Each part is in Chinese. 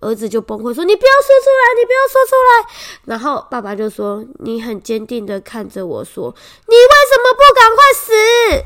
儿子就崩溃说：“你不要说出来，你不要说出来。”然后爸爸就说：“你很坚定的看着我说，你为什么不赶快死？”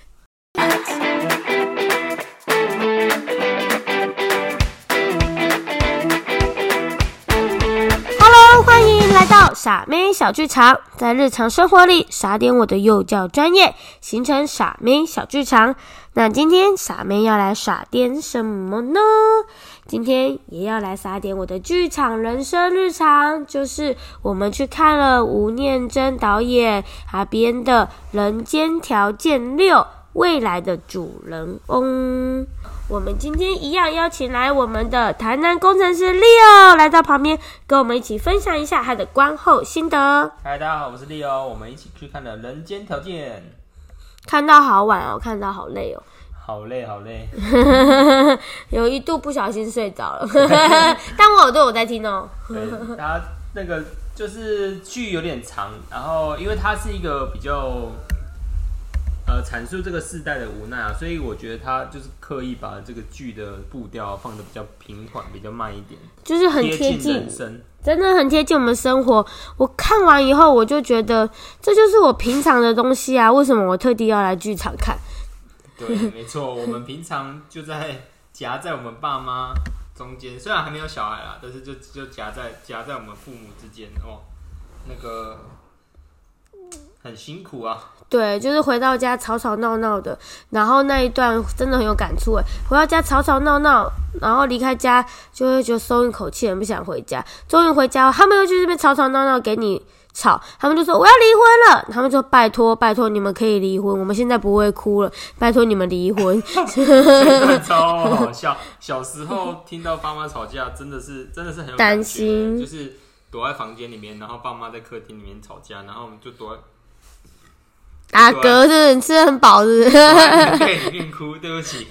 Hello， 欢迎来到傻妹小剧场。在日常生活里，傻点我的幼教专业，形成傻妹小剧场。那今天傻妹要来傻点什么呢？今天也要来傻点我的剧场人生日常，就是我们去看了吴念真导演他编的《人间条件6》未来的主人翁。我们今天一样邀请来我们的台南工程师 Leo 来到旁边，跟我们一起分享一下他的观后心得。 嗨，大家好，我是 Leo， 我们一起去看了《人间条件》。 看到好晚哦，看到好累哦。 好累，好累。 有一度不小心睡着了，但我有在听哦。 对，他那个就是剧有点长，然后因为它是一个比较阐述这个世代的无奈啊，所以我觉得他就是刻意把这个剧的步调放得比较平缓，比较慢一点， 就是很贴近人生， 真的很贴近我们生活。我看完以后，我就觉得这就是我平常的东西啊，为什么我特地要来剧场看？ 对，没错，我们平常就在夹在我们爸妈中间，虽然还没有小孩啦，但是就夹在我们父母之间哦，那个很辛苦啊。 对，就是回到家吵吵闹闹的，然后那一段真的很有感触诶。回到家吵吵闹闹，然后离开家就会觉得松一口气，很不想回家。终于回家，他们又去这边吵吵闹闹给你吵，他们就说我要离婚了。他们说拜托你们可以离婚，我们现在不会哭了，拜托你们离婚。 超好笑。小时候听到爸妈吵架，真的是很有担心， 就是躲在房间里面，然后爸妈在客厅里面吵架，然后我们就躲在。 大哥，是不是你吃得很饱？是不是？ 躲在棉被里面哭，对不起。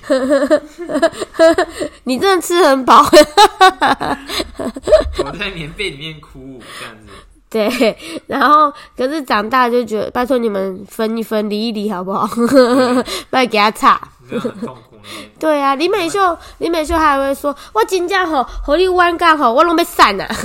你真的吃得很饱。 我在棉被里面哭，这样子。 对，然后可是长大就觉得，拜托你们分一分，离一离，好不好？不要给他吵。 真的很痛苦呢。 对啊，李美秀还会说，我真正和你冤家我拢要散啊。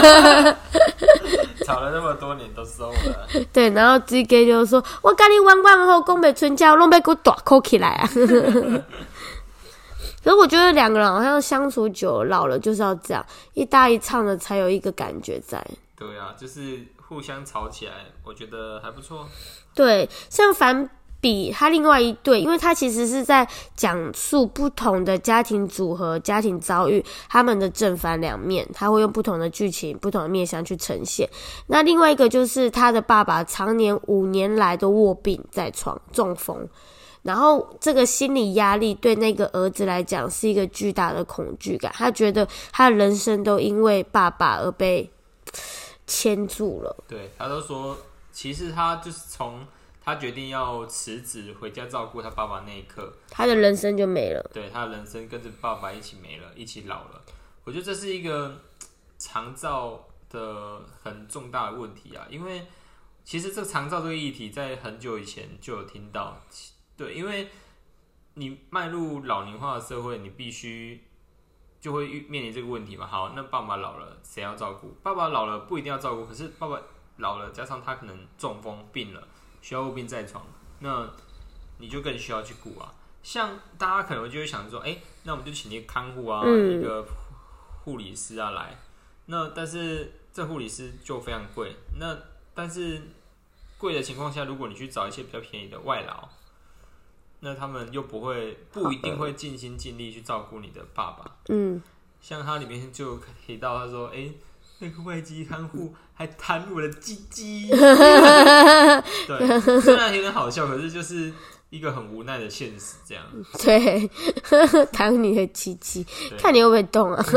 吵了那么多年都收了。 对，然后水家就说，我跟你冤冤讲不出家，我拢要给我大哭起来啊。可是我觉得两个人好像相处久了，老了就是要这样，一搭一唱的才有一个感觉在。 对啊，就是互相吵起来，我觉得还不错。 对，像反比他另外一对，因为他其实是在讲述不同的家庭组合、家庭遭遇，他们的正反两面，他会用不同的剧情、不同的面向去呈现。那另外一个就是他的爸爸常年5年来都卧病在床，中风。然后这个心理压力对那个儿子来讲是一个巨大的恐惧感，他觉得他的人生都因为爸爸而被牵住了。 对，他都说，其实他就是从他决定要辞职回家照顾他爸爸那一刻， 他的人生就没了。 对，他的人生跟着爸爸一起没了，一起老了。我觉得这是一个长照的很重大的问题啊，因为其实这个长照这个议题在很久以前就有听到。对，因为你迈入老龄化的社会，你必须就会面临这个问题嘛。好，那爸爸老了，谁要照顾？爸爸老了不一定要照顾，可是爸爸老了，加上他可能中风病了，需要卧病在床，那你就更需要去顾啊。像大家可能就会想说，那我们就请一个看护啊，一个护理师啊来。那但是这护理师就非常贵，那但是贵的情况下，如果你去找一些比较便宜的外劳，那他们又不一定会尽心尽力去照顾你的爸爸。像他里面就提到，他说，那个外籍看护还弹我的鸡鸡。对，虽然有点好笑，可是就是一个很无奈的现实，这样。 对，弹你的鸡鸡，看你会不会动啊？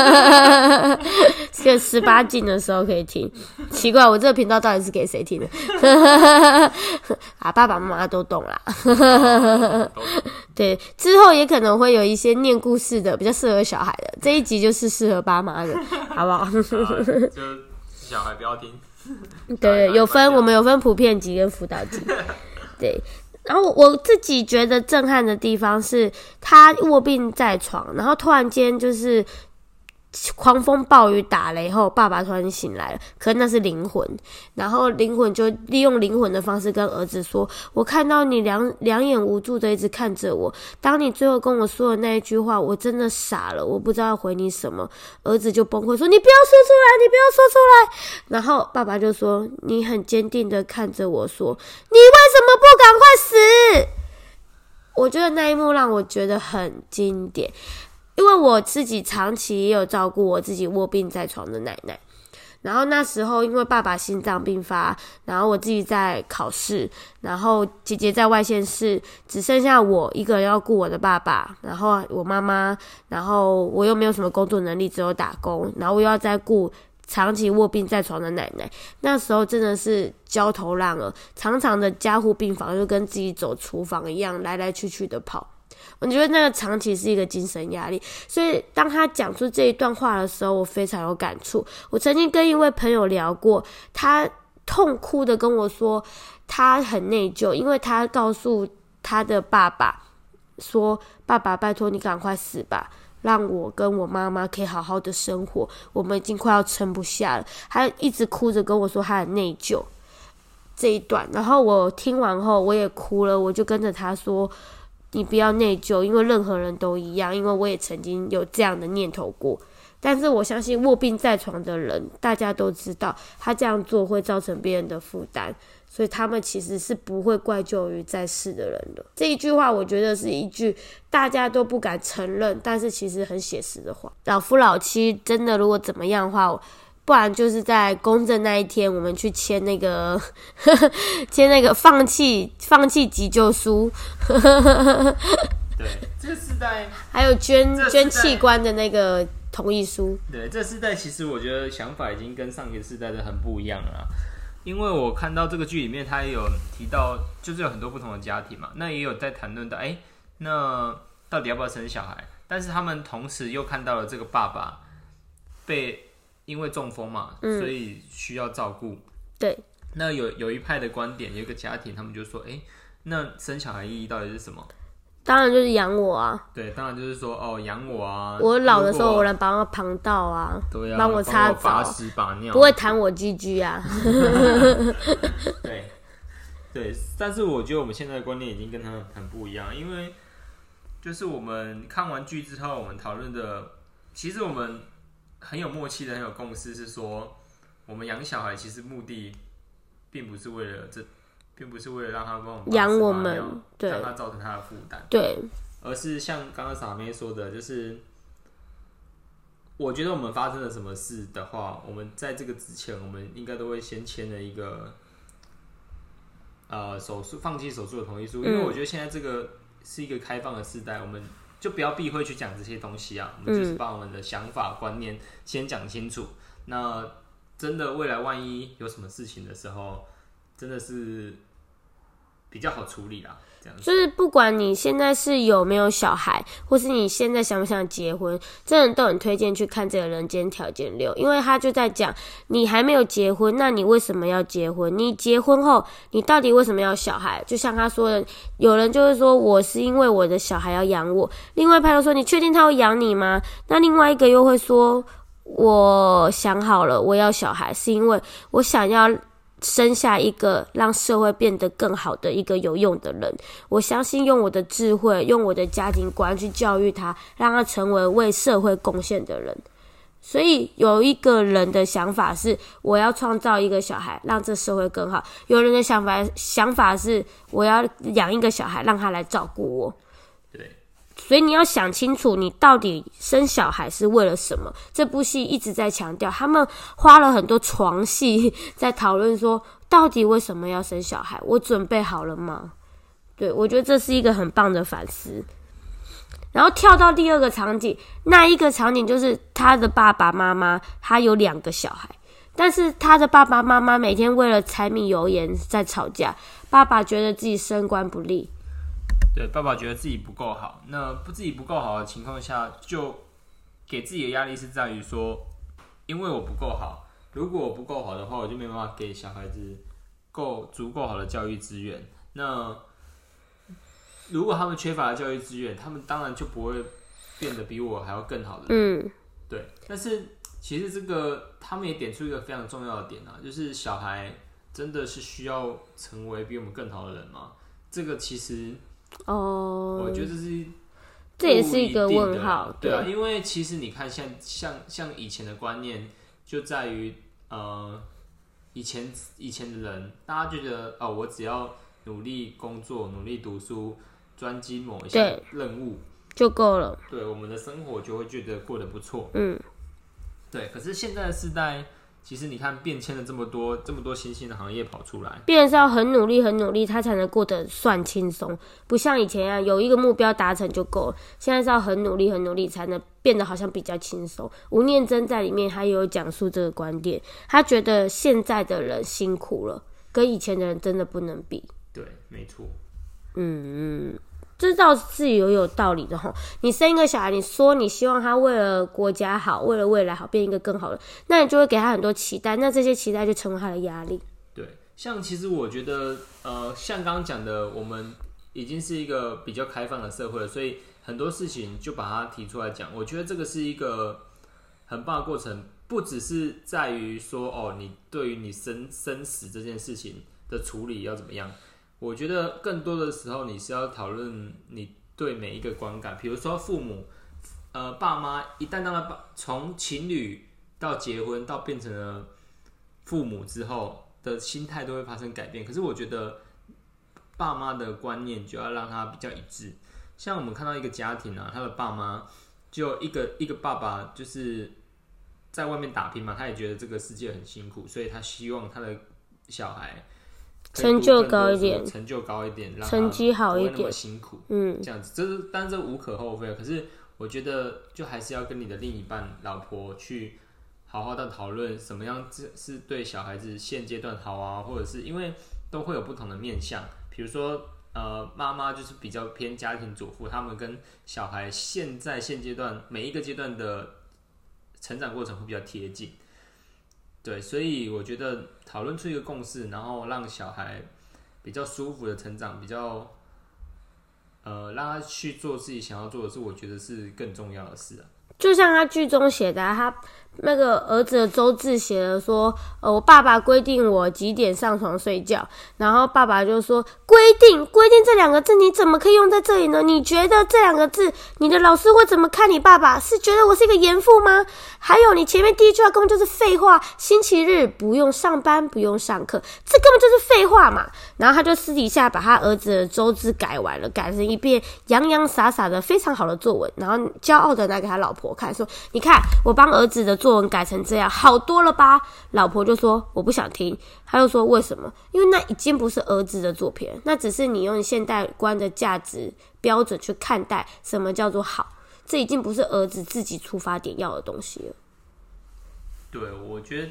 这个18禁的时候可以听。奇怪，我这个频道到底是给谁听的？啊，爸爸妈妈都懂啦。对，之后也可能会有一些念故事的，比较适合小孩的。这一集就是适合爸妈的，好不好？ 就小孩不要听。 对，我们有分普遍级跟辅导级。对。然后我自己觉得震撼的地方是，他卧病在床，然后突然间就是狂风暴雨打雷后，爸爸突然醒来了，可是那是灵魂，然后灵魂就利用灵魂的方式跟儿子说，我看到你两眼无助的一直看着我，当你最后跟我说的那一句话，我真的傻了，我不知道要回你什么。儿子就崩溃说，你不要说出来，你不要说出来。然后爸爸就说，你很坚定的看着我说，你为什么不赶快死？我觉得那一幕让我觉得很经典，因为我自己长期也有照顾我自己卧病在床的奶奶，然后那时候因为爸爸心脏病发，然后我自己在考试，然后姐姐在外县市，只剩下我一个人要顾我的爸爸，然后我妈妈，然后我又没有什么工作能力，只有打工，然后我又要再顾长期卧病在床的奶奶，那时候真的是焦头烂额，常常的加护病房就跟自己走厨房一样，来来去去的跑。我觉得那个长期是一个精神压力，所以当他讲出这一段话的时候，我非常有感触。我曾经跟一位朋友聊过，他痛哭的跟我说，他很内疚，因为他告诉他的爸爸说，爸爸拜托你赶快死吧，让我跟我妈妈可以好好的生活，我们已经快要撑不下了。他一直哭着跟我说他很内疚这一段，然后我听完后我也哭了，我就跟着他说，你不要内疚，因为任何人都一样，因为我也曾经有这样的念头过。但是我相信卧病在床的人，大家都知道他这样做会造成别人的负担，所以他们其实是不会怪咎于在世的人的。这一句话我觉得是一句大家都不敢承认，但是其实很写实的话。老夫老妻真的如果怎么样的话，不然就是在公证那一天，我们去签那个签那个放弃急救书。 对，这个世代还有捐器官的那个同意书。 对，这世代其实我觉得想法已经跟上一个世代的很不一样了啦。因为我看到这个剧里面，他也有提到，就是有很多不同的家庭嘛，那也有在谈论到，那到底要不要生小孩？但是他们同时又看到了这个爸爸因为中风嘛，所以需要照顾。 对。 那有一派的观点，有一个家庭，他们就说，那生小孩意义到底是什么？ 当然就是养我啊。 对，当然就是说，养我啊。 我老的时候，我能帮我旁道啊， 对啊， 帮我擦澡， 把屎把尿， 不会弹我鸡鸡啊。 对，但是我觉得我们现在的观念已经跟他们很不一样，因为就是我们看完剧之后，我们讨论的，其实我们很有默契的、很有共识，是说我们养小孩其实目的并不是为了让他帮我们养我们，对， 让他造成他的负担， 对， 而是像刚刚傻妹说的，就是我觉得我们发生了什么事的话，我们在这个之前，我们应该都会先签了一个放弃手术的同意书，因为我觉得现在这个是一个开放的时代，我们就不要避讳去讲这些东西啊，我们就是把我们的想法观念先讲清楚。那真的未来万一有什么事情的时候，真的是比较好处理啦。这样子就是不管你现在是有没有小孩，或是你现在想不想结婚，真的都很推荐去看这个《人间条件6》，因为他就在讲你还没有结婚，那你为什么要结婚？你结婚后，你到底为什么要小孩？就像他说的，有人就会说我是因为我的小孩要养我，另外一派又说你确定他会养你吗？那另外一个又会说我想好了，我要小孩是因为我想要生下一个让社会变得更好的一个有用的人，我相信用我的智慧，用我的家庭观去教育他，让他成为社会贡献的人。所以有一个人的想法是我要创造一个小孩让这社会更好，有人的想法是我要养一个小孩让他来照顾我。 对， 所以你要想清楚你到底生小孩是为了什么。这部戏一直在强调，他们花了很多床戏在讨论说到底为什么要生小孩，我准备好了吗？对，我觉得这是一个很棒的反思。然后跳到第二个场景，那一个场景就是他的爸爸妈妈，他有2个小孩，但是他的爸爸妈妈每天为了柴米油盐在吵架，爸爸觉得自己升官不利， 对，爸爸觉得自己不够好，那自己不够好的情况下，就给自己的压力是在于说，因为我不够好，如果我不够好的话，我就没办法给小孩子足够好的教育资源。那如果他们缺乏了教育资源，他们当然就不会变得比我还要更好的人。 对，但是其实这个他们也点出一个非常重要的点啊，就是小孩真的是需要成为比我们更好的人吗？这个其实我觉得这也是一个问号。 对啊，因为其实你看像以前的观念就在于以前的人，大家就觉得我只要努力工作、努力读书、专精某一项任务就够了。 对，我们的生活就会觉得过得不错。对。可是现在的世代，其实你看变迁了这么多新兴的行业跑出来， 变成是要很努力，他才能过得算轻松，不像以前啊，有一个目标达成就够了。现在是要很努力才能变得好像比较轻松。吴念真在里面他也有讲述这个观点，他觉得现在的人辛苦了，跟以前的人真的不能比。 对，没错。 这倒是有道理的齁。你生一个小孩，你说你希望他为了国家好，为了未来好，变一个更好的，那你就会给他很多期待，那这些期待就成为他的压力。 对，像其实我觉得，像刚刚讲的，我们已经是一个比较开放的社会了，所以很多事情就把它提出来讲。我觉得这个是一个很棒的过程，不只是在于说你对于你生死这件事情的处理要怎么样。我觉得更多的时候，你是要讨论你对每一个观感，比如说父母，爸妈一旦让他从情侣到结婚到变成了父母之后的心态都会发生改变。可是我觉得爸妈的观念就要让他比较一致。像我们看到一个家庭啊，他的爸妈就一个爸爸就是在外面打拼嘛，他也觉得这个世界很辛苦，所以他希望他的小孩成就高一点， 让他成绩好一点， 不会那么辛苦。这样子，当然这无可厚非。可是我觉得，就还是要跟你的另一半、老婆去好好的讨论，什么样是对小孩子现阶段好啊，或者是因为都会有不同的面向。比如说，妈妈就是比较偏家庭主妇，他们跟小孩现阶段每一个阶段的成长过程会比较贴近。对，所以我觉得讨论出一个共识，然后让小孩比较舒服的成长，比较让他去做自己想要做的事，我觉得是更重要的事啊。 就像他剧中写的他那个儿子的周志写了说，我爸爸规定我几点上床睡觉，然后爸爸就说规定这两个字你怎么可以用在这里呢？你觉得这两个字你的老师会怎么看你爸爸？是觉得我是一个严父吗？还有你前面第一句话根本就是废话，星期日不用上班不用上课，这根本就是废话嘛。然后他就私底下把他儿子的周字改完了，改成一遍洋洋洒洒的非常好的作文，然后骄傲的拿给他老婆看，说你看我帮儿子的作文改成这样，好多了吧？老婆就说我不想听，他就说为什么？因为那已经不是儿子的作品，那只是你用现代观的价值标准去看待什么叫做好，这已经不是儿子自己出发点要的东西了。 对，我觉得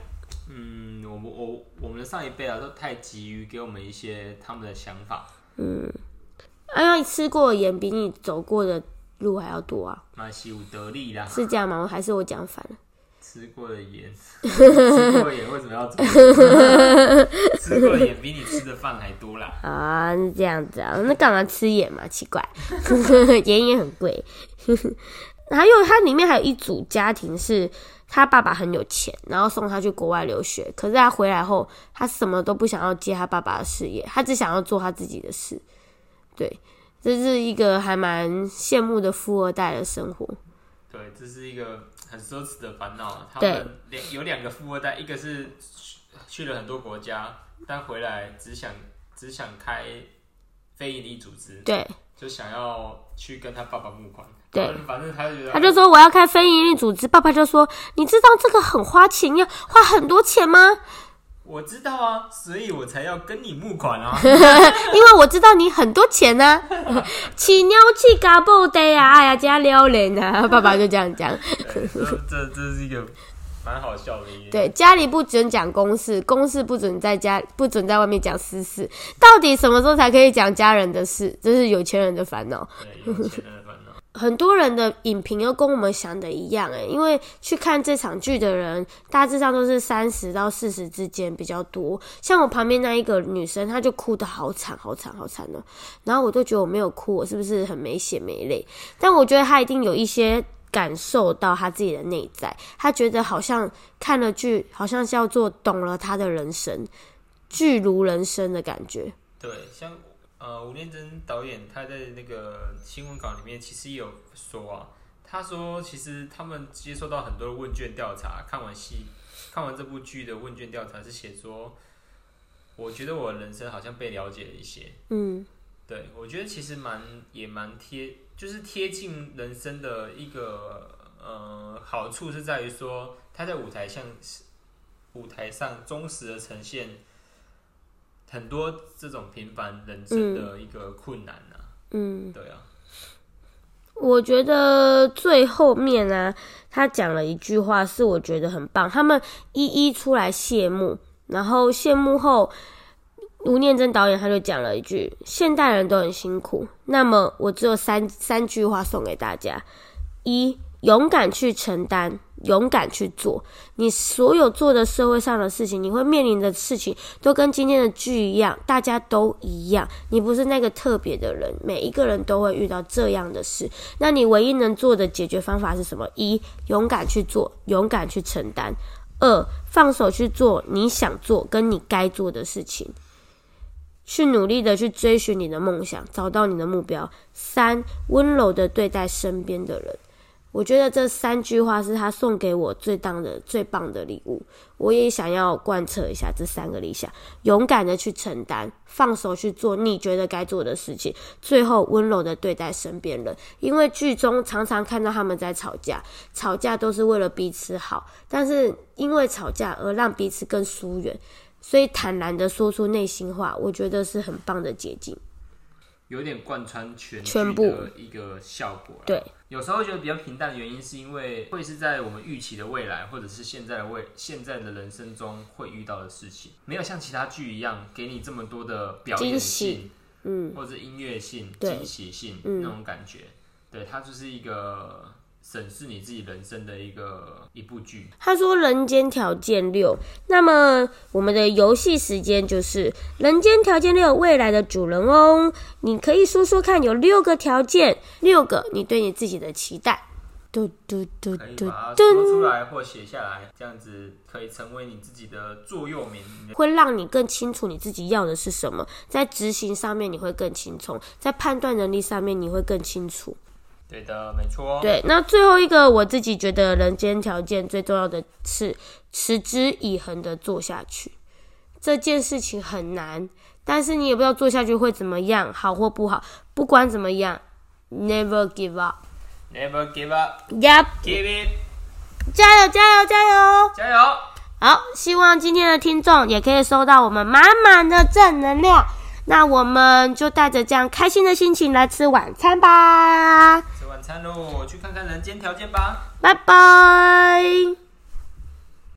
我们的上一辈啊，都太急于给我们一些他们的想法。 你吃过的盐比你走过的路还要多啊？ 嘛是有道理啦。 是这样吗？还是我讲反了？ 吃过的盐，吃过的盐为什么要走？吃过的盐比你吃的饭还多啦。 啊，是这样子啊，那干嘛吃盐嘛？奇怪，盐也很贵。还有它里面还有一组家庭是他爸爸很有钱，然后送他去国外留学，可是他回来后他什么都不想要接他爸爸的事业，他只想要做他自己的事。对，这是一个还蛮羡慕的富二代的生活。 对，这是一个很奢侈的烦恼。他们有两个富二代，一个是去了很多国家，但回来只想开非营利组织， 对， 就想要去跟他爸爸募款。 对， 反正他就觉得， 他就说我要开非营利组织，爸爸就说你知道这个很花钱，要花很多钱吗？ 我知道啊，所以我才要跟你募款啊。 因为我知道你很多钱啊，起鸟气嘎布的啊，哎呀，加撩人啊，爸爸就这样讲。 这是一个蛮好笑的一个。 对，家里不准讲公事，公事不准在外面讲私事，到底什么时候才可以讲家人的事？这是有钱人的烦恼。 对，有钱人的烦恼。 很多人的影评又跟我们想的一样因为去看这场剧的人大致上都是30到40之间比较多，像我旁边那一个女生，她就哭得好惨的，然后我都觉得我没有哭，我是不是很没血没泪？但我觉得她一定有一些感受到他自己的内在，他觉得好像看了剧，好像叫做懂了他的人生，剧如人生的感觉。 对，像吴念真导演他在那个新闻稿里面其实也有说啊，他说其实他们接受到很多的问卷调查，看完这部剧的问卷调查是写说，我觉得我的人生好像被了解了一些。对，我觉得其实也蛮就是贴近人生的一个好处是在于说，他在舞台上忠实的呈现很多这种平凡人生的一个困难啊。对啊。 我觉得最后面啊，他讲了一句话是我觉得很棒，他们一一出来谢幕，然后谢幕后，吴念真导演他就讲了一句：现代人都很辛苦。那么我只有三句话送给大家：一，勇敢去承担，勇敢去做。你所有做的社会上的事情，你会面临的事情，都跟今天的剧一样，大家都一样。你不是那个特别的人，每一个人都会遇到这样的事。那你唯一能做的解决方法是什么？一，勇敢去做，勇敢去承担。二，放手去做你想做跟你该做的事情。去努力的去追寻你的梦想，找到你的目标。三，温柔的对待身边的人。我觉得这3句话是他送给我最棒的礼物，我也想要贯彻一下这3个理想：勇敢的去承担，放手去做你觉得该做的事情，最后温柔的对待身边人。因为剧中常常看到他们在吵架都是为了彼此好，但是因为吵架而让彼此更疏远，所以坦然的说出内心话，我觉得是很棒的捷径， 有点贯穿全部的一个效果啦。 对， 有时候觉得比较平淡的原因是因为会是在我们预期的未来，或者是现在的人生中会遇到的事情，没有像其他剧一样给你这么多的表演性，或者音乐性、惊喜性那种感觉。对，它就是一个审视你自己人生的一部剧。 他说人间条件6，那么我们的游戏时间就是人间条件6未来的主人翁，你可以说说看，有6个条件，6个你对你自己的期待。 可以把它说出来或写下来，这样子可以成为你自己的座右铭， 会让你更清楚你自己要的是什么，在执行上面你会更轻松，在判断能力上面你会更清楚。 对的，没错。 对，那最后一个我自己觉得人间条件最重要的是持之以恒的做下去。这件事情很难，但是你也不知道做下去会怎么样，好或不好。不管怎么样 ，Never give up。 Never give up. Yep. Give it. 加油，加油，加油！ 加油！ 好，希望今天的听众也可以收到我们满满的正能量。那我们就带着这样开心的心情来吃晚餐吧。 吃晚餐喽，去看看人间条件吧。 拜拜。